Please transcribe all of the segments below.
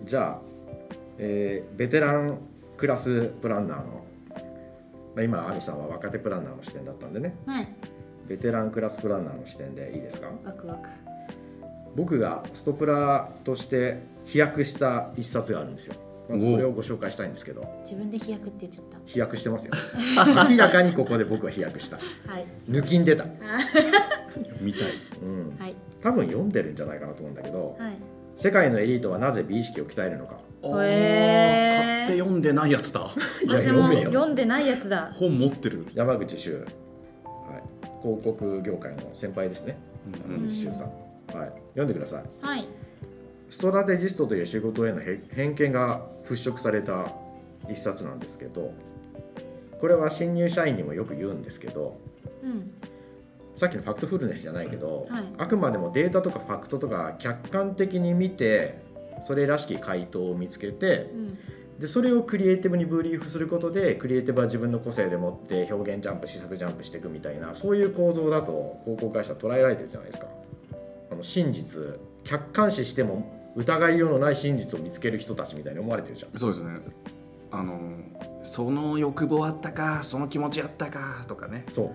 じゃあ、ベテランクラスプランナーの、今アミさんは若手プランナーの視点だったんでね、 はい、 ベテランクラスプランナーの視点でいいですか。 ワクワク。 僕がストプラとして飛躍した一冊があるんですよ。まずこれをご紹介したいんですけど。 自分で飛躍って言っちゃった。 飛躍してますよ明らかにここで僕は飛躍した、 はい、 抜きん出た見たい、 はい、 多分読んでるんじゃないかなと思うんだけど、 はい、 世界のエリートはなぜ美意識を鍛えるのか。 買って読んでないやつだ。 いや私も読めよ。 読んでないやつだ。 本持ってる。 山口周、はい、広告業界の先輩ですね。山口周さん、はい、読んでください。 はい。 ストラテジストという仕事への偏見が払拭された一冊なんですけど、これは新入社員にもよく言うんですけど、さっきのファクトフルネスじゃないけど、 はい、 あくまでもデータとかファクトとか客観的に見てそれらしき回答を見つけて、でそれをクリエイティブにブリーフすることでクリエイティブは自分の個性でもって表現ジャンプ試作ジャンプしていくみたいな、そういう構造だと広告会社は捉えられてるじゃないですか。真実、客観視しても疑いようのない真実を見つける人たちみたいに思われてるじゃん。 そうですね。その欲望あったか、その気持ちあったかとかね。 そう。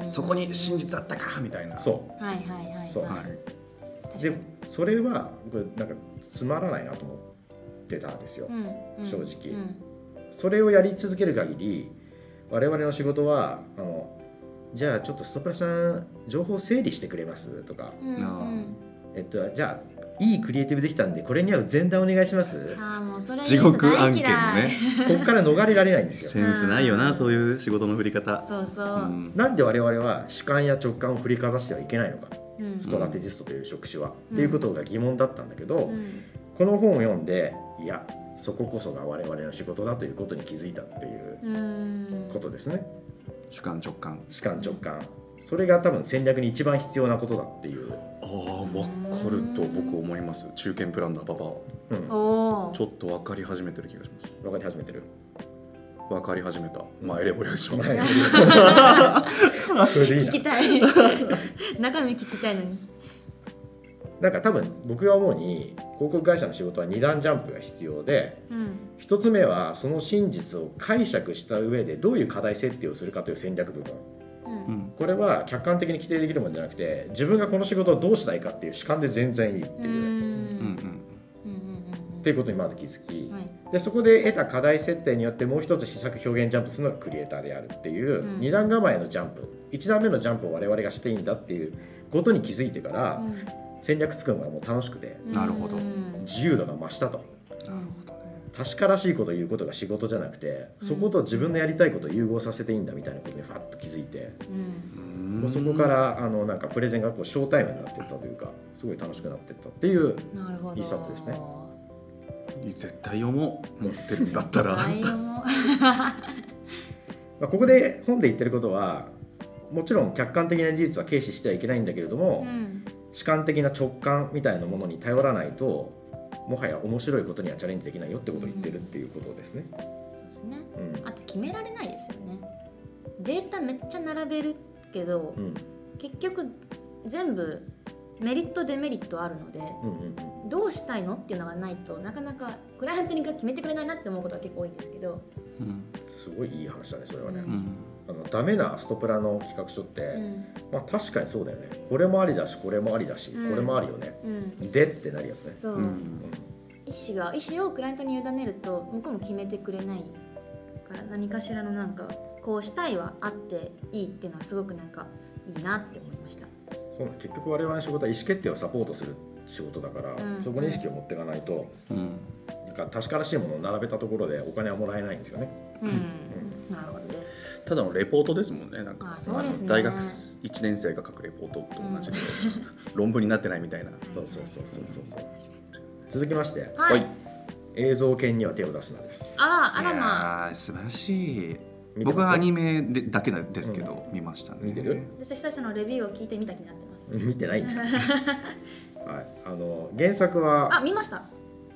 そこに真実あったかみたいな。 そう。 はいはいはい。 そう。 はい、 でそれはなんかつまらないなと思ってたんですよ、正直、それをやり続ける限り我々の仕事はじゃあちょっとストプラさん情報整理してくれますとか、じゃあいいクリエイティブできたんでこれに合う前段お願いします。 もうそれ地獄案件ね。 ここから逃れられないんですよ。 センスないよな、そういう仕事の振り方。 そうそう、 なんで我々は主観や直感を振りかざしてはいけないのか、ストラテジストという職種は、っていうことが疑問だったんだけど、この本を読んでいやそここそが我々の仕事だということに気づいたっていうことですね。 主観直感、 それが多分戦略に一番必要なことだっていう。 分かると僕思います。中堅プランナーパパ、ちょっと分かり始めてる気がします。 分かり始めてる。 分かり始めた。マイレボリューション。 聞きたい。中身聞きたいのに。 なんか多分僕が思うに広告会社の仕事は2段ジャンプが必要で、1つ目はその真実を解釈した上でどういう課題設定をするかという戦略部分、これは客観的に規定できるものじゃなくて自分がこの仕事をどうしたいかっていう主観で全然いいっていうっていうことにまず気づき、でそこで得た課題設定によってもう一つ試作表現ジャンプするのがクリエイターであるっていう2段構えのジャンプ、1段目のジャンプを我々がしていいんだっていうことに気づいてから、戦略作るのがもう楽しくて、 なるほど、 自由度が増したと。確からしいことを言うことが仕事じゃなくて、そこと自分のやりたいことを融合させていいんだみたいなことにファッと気づいて、もうそこからなんかプレゼンがこうショータイムになっていったというか、すごい楽しくなっていったっていう一冊ですね。 絶対読もう、持ってるんだったらここで本で言ってることはもちろん客観的な事実は軽視してはいけないんだけれども、主観的な直感みたいなものに頼らないともはや面白いことにはチャレンジできないよってことを言ってるっていうことですね。 そうですね。あと決められないですよね。データめっちゃ並べるけど、結局全部メリットデメリットあるので、どうしたいのっていうのがないとなかなかクライアントが決めてくれないなって思うことは結構多いんですけど、 すごいいい話だねそれはね。ダメなストプラの企画書って、確かにそうだよね。これもありだしこれもありだし、これもあるよね、でってなるやつね。そう、意思をクライアントに委ねると向こうも決めてくれないから何かしらのなんかこうしたいはあっていいっていうのはすごくなんかいいなって思いました。 そう、結局我々の仕事は意思決定をサポートする仕事だから、そこに意識を持っていかないと、なんか確からしいものを並べたところでお金はもらえないんですよね。 なるほどです。 ただのレポートですもんね。なんかそうですね、 大学1年生が書くレポートと同じで、論文になってないみたいな。 そう続きまして、映像犬には手を出すなです。 あらまあ、素晴らしい。僕はアニメでだけですけど、見ましたね。 見てる？ 私久々のレビューを聞いてみた気になってます。 見てないんじゃん。はい、原作は見ました。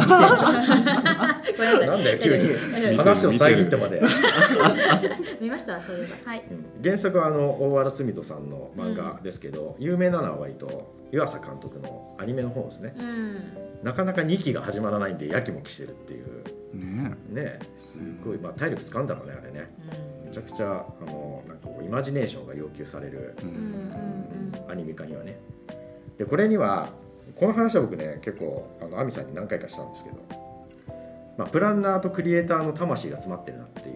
見てんじゃんなんだよ急に話を遮ってまで見ましたそういえば、はい、 原作は大原澄人さんの漫画ですけど、有名なのは割と湯浅監督のアニメの方ですね、なかなか2期が始まらないんでやきもきしてるっていうねすごい、体力使うんだろうねあれね、めちゃくちゃなんかこうイマジネーションが要求される、アニメ化にはね。でこれにはこの話は僕ね結構亜美さんに何回かしたんですけど、プランナーとクリエイターの魂が詰まってるなって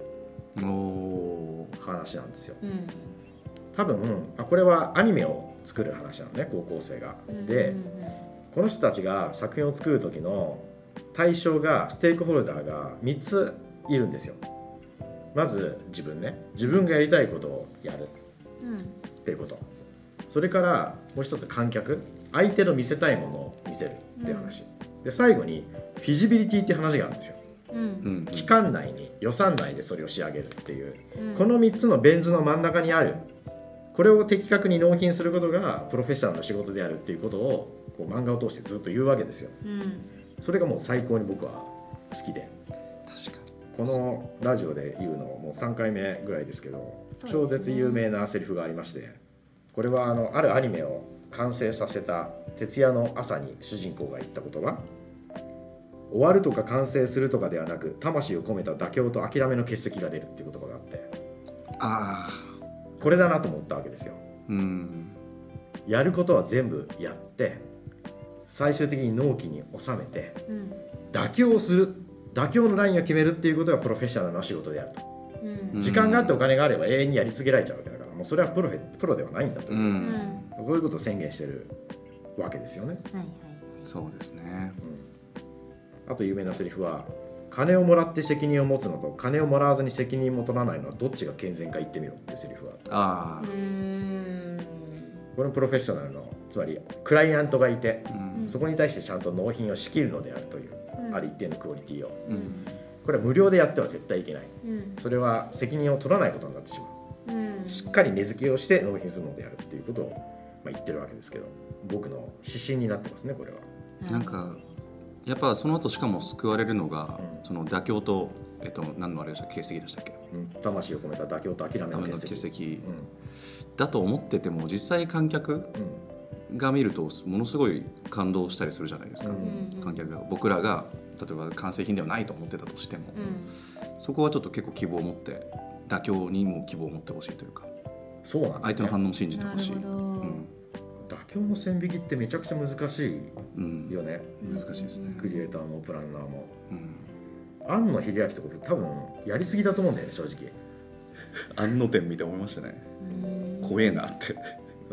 いう話なんですよ、多分これはアニメを作る話なのね高校生が、でこの人たちが作品を作る時の対象がステークホルダーが3ついるんですよ。まず自分がやりたいことをやるっていうこと、それからもう一つ観客、相手の見せたいものを見せるっていう話、で最後にフィジビリティっていう話があるんですよ、期間内に予算内でそれを仕上げるっていう、この3つのベン図の真ん中にある、これを的確に納品することがプロフェッショナルの仕事であるっていうことをこう漫画を通してずっと言うわけですよ、それがもう最高に僕は好きで、 確かにこのラジオで言うのもう3回目ぐらいですけど、超絶有名なセリフがありまして、これはあるアニメを完成させた徹夜の朝に主人公が言った言葉、終わるとか完成するとかではなく魂を込めた妥協と諦めの結石が出るっていう言葉があって、これだなと思ったわけですよ、やることは全部やって最終的に納期に収めて、妥協する、妥協のラインを決めるっていうことがプロフェッショナルの仕事であると、時間があってお金があれば永遠にやり続けられちゃうわけだから、もうそれはプロではないんだと、こういうことを宣言してるわけですよね、 そうですね、 あと有名なセリフは、金をもらって責任を持つのと金をもらわずに責任を取らないのはどっちが健全か言ってみろっていうセリフがこれもプロフェッショナルの、つまりクライアントがいて、そこに対してちゃんと納品をしきるのであるという、ある一定のクオリティを、これは無料でやっては絶対いけない、それは責任を取らないことになってしまう、しっかり値付けをして納品するのであるっていうことを、言ってるわけですけど、僕の指針になってますねこれは。 なんかやっぱその後しかも救われるのが、その妥協と、何のあれでしたっけ、形跡でしたっけ、 魂を込めた妥協と諦めの結石だと思ってても、実際観客が見るとものすごい感動したりするじゃないですか、観客が、僕らが例えば完成品ではないと思ってたとしても、そこはちょっと結構希望を持って、妥協にも希望を持ってほしいというか、 そうなんだね、 相手の反応を信じてほしい。 妥協の線引きってめちゃくちゃ難しいよね、 難しいですね、 クリエイターもプランナーも、庵野秀明とか多分やりすぎだと思うんだよね正直。 庵野店見て思いましたね、怖えなって。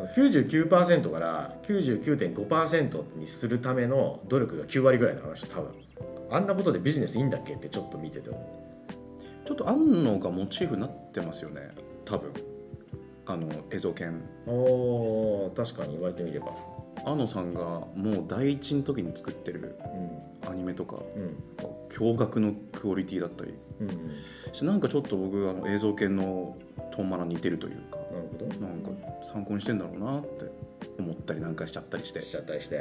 99% から 99.5% にするための努力が9割ぐらいの話、多分あんなことでビジネスいいんだっけってちょっと見てても、 ちょっと庵野がモチーフになってますよね多分、映像研。 確かに言われてみれば、 庵野さんがもう第一の時に作ってるアニメとか、驚愕のクオリティだったり、なんかちょっと僕映像研のトンマナ似てるというか、なんか参考にしてんだろうなって思ったりなんかしちゃったりして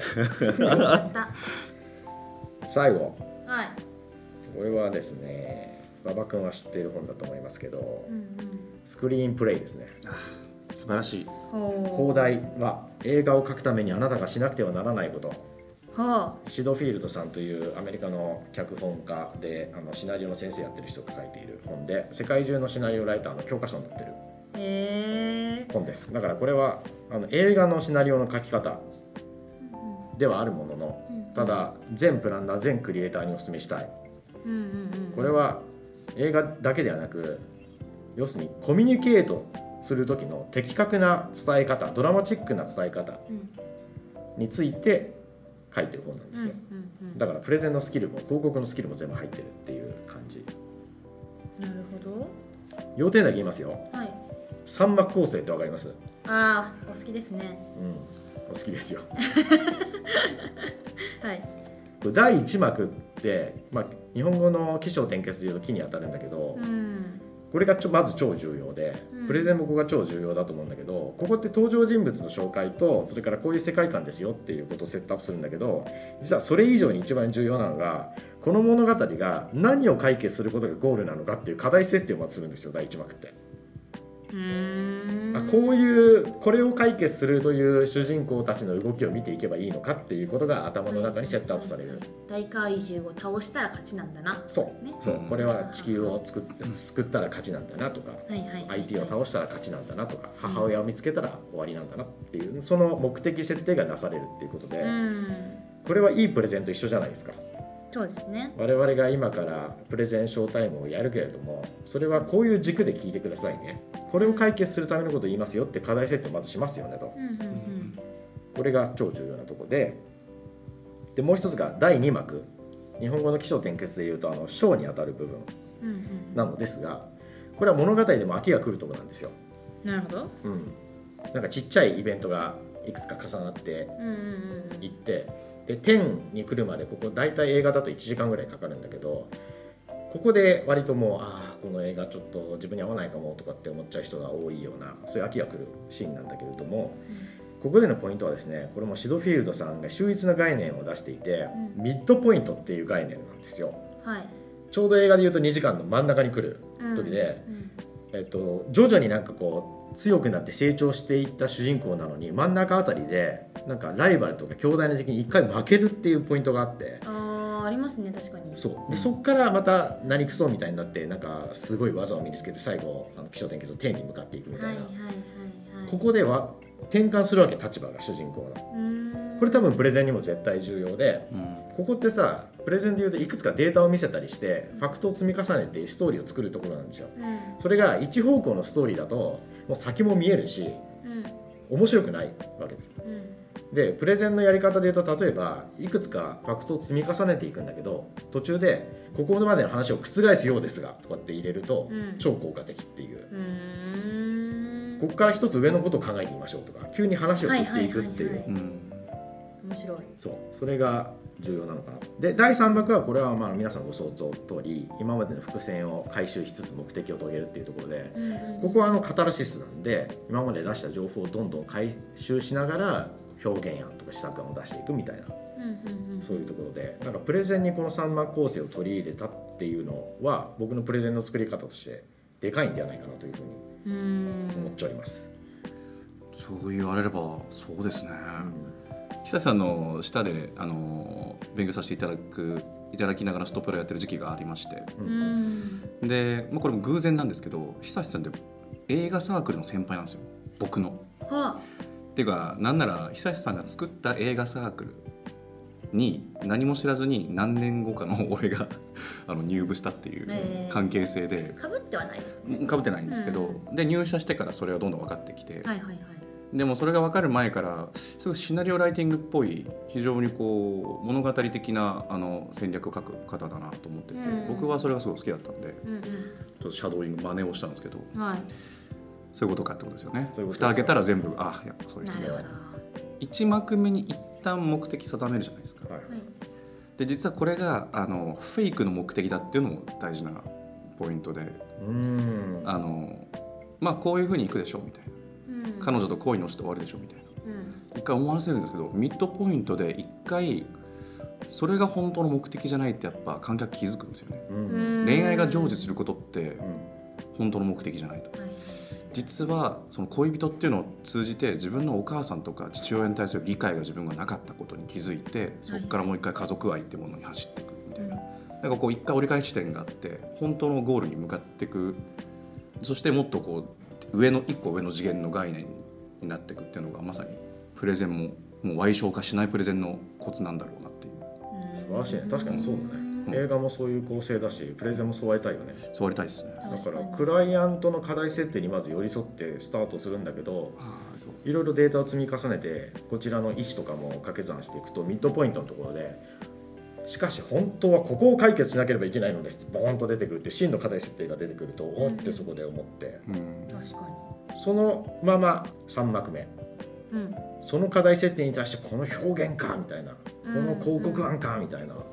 最後、 はい、 これはですね、馬場君は知っている本だと思いますけど、スクリーンプレイですね。 素晴らしい。 放題は映画を描くためにあなたがしなくてはならないこと、シドフィールドさんというアメリカの脚本家でシナリオの先生やってる人が書いている本で、世界中のシナリオライターの教科書になってる本です。だからこれは映画のシナリオの書き方ではあるものの、ただ全プランナー全クリエイターにお勧めしたい、これは映画だけではなく、要するにコミュニケートする時の的確な伝え方、ドラマチックな伝え方について書いてる本なんですよ。だからプレゼンのスキルも広告のスキルも全部入ってるっていう感じ。 なるほど。 要点だけ言いますよ。三幕構成ってわかります？ ああ、お好きですね。 お好きですよ。 はい。 第1幕って、日本語の起承転結でいうと起に当たるんだけど、 これがまず超重要で、プレゼンもここが超重要だと思うんだけど、ここって登場人物の紹介と、それからこういう世界観ですよっていうことをセットアップするんだけど、実はそれ以上に一番重要なのが、この物語が何を解決することがゴールなのかっていう課題設定をまずするんですよ、第1幕って。これを解決するという主人公たちの動きを見ていけばいいのかっていうことが頭の中にセットアップされる。 大怪獣を倒したら勝ちなんだな。 そう、これは地球を救ったら勝ちなんだなとか、相手を倒したら勝ちなんだなとか、母親を見つけたら終わりなんだなっていう、その目的設定がなされるっていうことで、これはいいプレゼンと一緒じゃないですか。 そうですね。 我々が今からプレゼンショータイムをやるけれども、それはこういう軸で聞いてくださいね、これを解決するためのことを言いますよって課題設定をまずしますよねと、これが超重要なところで、もう一つが第2幕、日本語の起承転結でいうと章にあたる部分なのですが、これは物語でも飽きが来るところなんですよ。 なるほど。 なんかちっちゃいイベントがいくつか重なっていって、で10に来るまで、ここ大体映画だと1時間ぐらいかかるんだけど、ここで割ともうこの映画ちょっと自分に合わないかもとかって思っちゃう人が多いような、そういう飽きが来るシーンなんだけれども、ここでのポイントはですね、これもシドフィールドさんが秀逸な概念を出していて、ミッドポイントっていう概念なんですよ。ちょうど映画でいうと2時間の真ん中に来る時で、徐々になんかこう強くなって成長していった主人公なのに、真ん中あたりでなんかライバルとか兄弟の時に一回負けるっていうポイントがあって、 ありますね、確かに。 そうで、そっからまた何くそみたいになって、なんかすごい技を身につけて最後起承転結の天に向かっていくみたいな、ここでは転換するわけ、立場が主人公の。これ多分プレゼンにも絶対重要で、ここってさ、プレゼンでいうといくつかデータを見せたりしてファクトを積み重ねてストーリーを作るところなんですよ。それが一方向のストーリーだともう先も見えるし、面白くないわけです。でプレゼンのやり方でいうと、例えばいくつかファクトを積み重ねていくんだけど、途中でここまでの話を覆すようですがとかって入れると超効果的っていう、ここから一つ上のことを考えてみましょうとか、急に話を振っていくっていう、 面白い。 それが重要なのかな。で第3幕はこれはまあ皆さんご想像通り、今までの伏線を回収しつつ目的を遂げるっていうところで、ここはカタルシスなんで、今まで出した情報をどんどん回収しながら表現案とか施策案を出していくみたいな、そういうところで、なんかプレゼンにこの3幕構成を取り入れたっていうのは、僕のプレゼンの作り方としてでかいんではないかなというふうに思っております。 そう言われればそうですね。久さんの下で勉強させていただきながらストップラやってる時期がありまして、で、これも偶然なんですけど、久さんって映画サークルの先輩なんですよ、僕の。っていうか、なんなら久さんが作った映画サークルに何も知らずに何年後かの俺が入部したっていう関係性で、 被ってはないですね。 被ってないんですけど、で入社してからそれはどんどん分かってきて、でもそれが分かる前からすごいシナリオライティングっぽい、非常にこう物語的な戦略を書く方だなと思ってて、僕はそれがすごい好きだったんで、ちょっとシャドーイング真似をしたんですけど、そういうことかってことですよね。蓋開けたら全部やっぱそういう人で、1幕目に一旦目的定めるじゃないですか。で実はこれがフェイクの目的だっていうのも大事なポイントで、こういう風にいくでしょみたいな、彼女と恋のして終わるでしょみたいな、一回思わせるんですけど、ミッドポイントで一回それが本当の目的じゃないってやっぱ観客気づくんですよね。恋愛が成就することって本当の目的じゃないと、実はその恋人っていうのを通じて自分のお母さんとか父親に対する理解が自分がなかったことに気づいて、そこからもう一回家族愛ってものに走っていくみたいな、なんかこう一回折り返し地点があって本当のゴールに向かっていく、そしてもっとこう一個上の次元の概念になっていくっていうのが、まさにプレゼンもう歪小化しないプレゼンのコツなんだろうなっていう。 素晴らしいね。確かにそうだね。映画もそういう構成だし、プレゼンもそうありたいよね。 そうありたいですね。 だからクライアントの課題設定にまず寄り添ってスタートするんだけど、いろいろデータを積み重ねてこちらの意思とかも掛け算していくと、ミッドポイントのところで、しかし本当はここを解決しなければいけないのですボーンと出てくるっていう真の課題設定が出てくると、おってそこで思って、 確かにそのまま3幕目、その課題設定に対してこの表現かみたいな、この広告案かみたいな、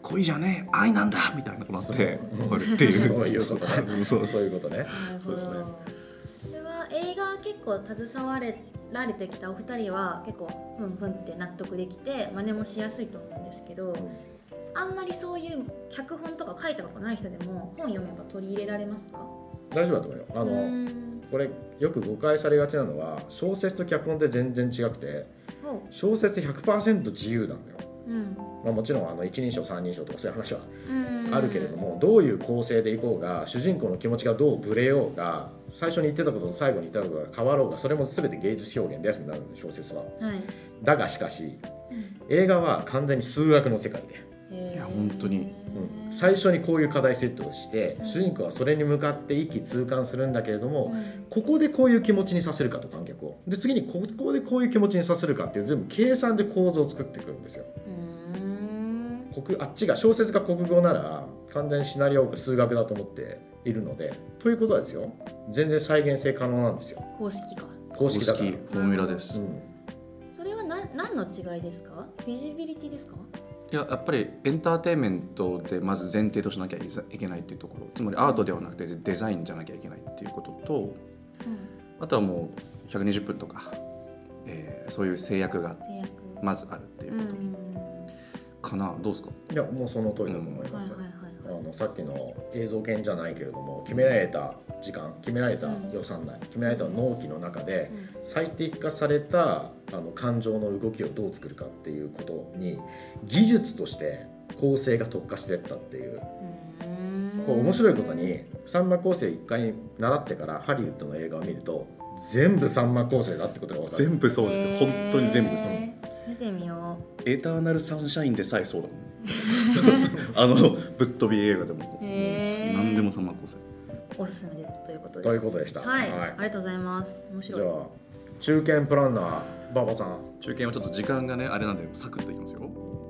恋じゃねえ愛なんだみたいなことになって終わるっていうそういうことねそういうことね。 そうですね。それは映画結構携わられてきたお二人は結構ふんふんって納得できて真似もしやすいと思うんですけど、あんまりそういう脚本とか書いたことない人でも本読めば取り入れられますか？ 大丈夫だと思うよ。これよく誤解されがちなのは小説と脚本って全然違くて、小説 100% 自由なのよ。もちろん一人称三人称とかそういう話はあるけれども、どういう構成でいこうが主人公の気持ちがどうブレようが最初に言ってたことと最後に言ったことが変わろうがそれも全て芸術表現ですになるので小説は、だがしかし、映画は完全に数学の世界で、 いや本当に、 最初にこういう課題設定をして、主人公はそれに向かって一気通貫するんだけれども、ここでこういう気持ちにさせるかと観客をで次にここでこういう気持ちにさせるかっていう全部計算で構図を作っていくんですよ。あっちが小説が国語なら完全にシナリオが数学だと思っているので、ということはですよ、全然再現性可能なんですよ。 公式か公式だからフォーミュラです、 それは何の違いですか？フィジビリティですか？ やっぱりエンターテインメントでまず前提としなきゃいけないっていうところ、つまりアートではなくてデザインじゃなきゃいけないっていうことと、あとはもう120分とか、そういう制約がまずあるっていうことかな。どうですか？ いやもうその通りだと思います。さっきの映像系じゃないけれども、決められた時間、決められた予算内、決められた納期の中で最適化された感情の動きをどう作るかっていうことに技術として構成が特化していったっていう、こう面白いことに三幕構成1回習ってからハリウッドの映画を見ると全部三幕構成だってことが分かる。 全部そうですよ、本当に全部そう。 見てみよう。 エターナルサンシャインでさえそうだもんぶっ飛び映画でも何でも三幕構成おすすめですということで。 ということでした。 はい、ありがとうございます。面白い。 じゃあ中堅プランナー馬場さん。 中堅はちょっと時間がねあれなんでサクッといきますよ。